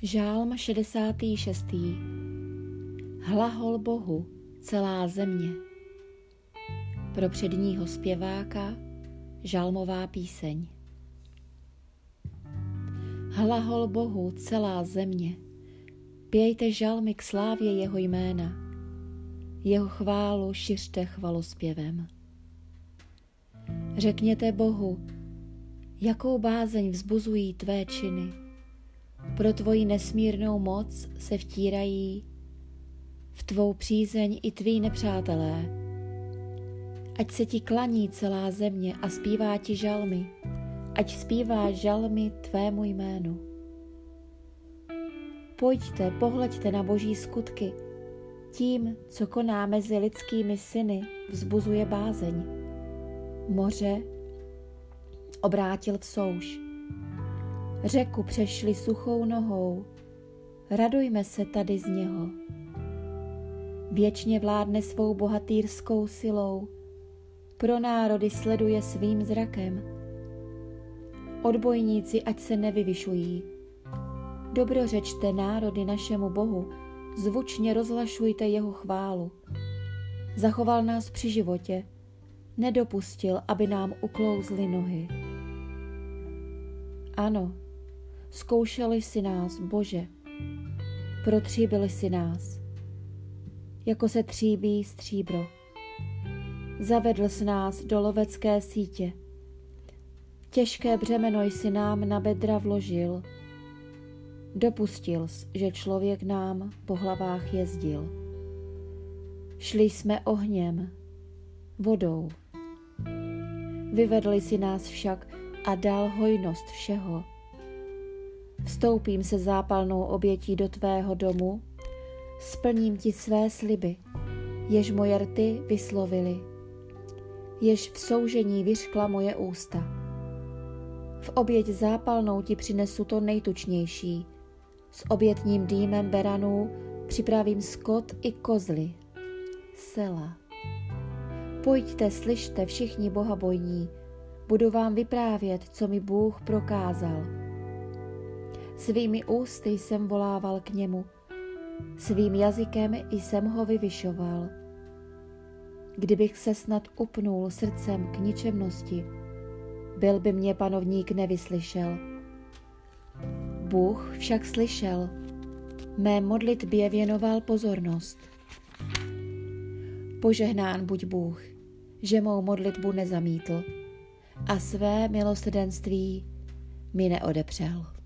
Žálm 66. Hlahol Bohu celá země. Pro předního zpěváka žalmová píseň. Hlahol Bohu celá země, pějte žalmy k slávě jeho jména, jeho chválu šiřte chvalospěvem. Řekněte Bohu, jakou bázeň vzbuzují tvé činy, pro tvoji nesmírnou moc se vtírají v tvou přízeň i tví nepřátelé. Ať se ti klaní celá země a zpívá ti žalmy, ať zpívá žalmy tvému jménu. Pojďte, pohleďte na boží skutky, tím, co koná mezi lidskými syny, vzbuzuje bázeň. Moře obrátil v souš, řeku přešli suchou nohou, radujme se tady z něho. Věčně vládne svou bohatýrskou silou, pro národy sleduje svým zrakem. Odbojníci ať se nevyvyšují, dobrořečte národy našemu Bohu, zvučně rozhlašujte jeho chválu. Zachoval nás při životě, nedopustil, aby nám uklouzly nohy. Ano, zkoušeli si nás, Bože, protříbili si nás, jako se tříbí stříbro. Zavedl s nás do lovecké sítě, těžké břemeno jsi nám na bedra vložil, dopustil jsi, že člověk nám po hlavách jezdil. Šli jsme ohněm, vodou, vyvedli si nás však a dal hojnost všeho. Vstoupím se zápalnou obětí do tvého domu, splním ti své sliby, jež moje rty vyslovily, jež v soužení vyřkla moje ústa. V oběť zápalnou ti přinesu to nejtučnější, s obětním dýmem beranů připravím skot i kozly. Sela. Pojďte, slyšte všichni bohabojní, budu vám vyprávět, co mi Bůh prokázal. Svými ústy jsem volával k němu, svým jazykem jsem ho vyvyšoval. Kdybych se snad upnul srdcem k ničemnosti, byl by mě panovník nevyslyšel. Bůh však slyšel, mé modlitbě věnoval pozornost. Požehnán buď Bůh, že mou modlitbu nezamítl a své milosrdenství mi neodepřel.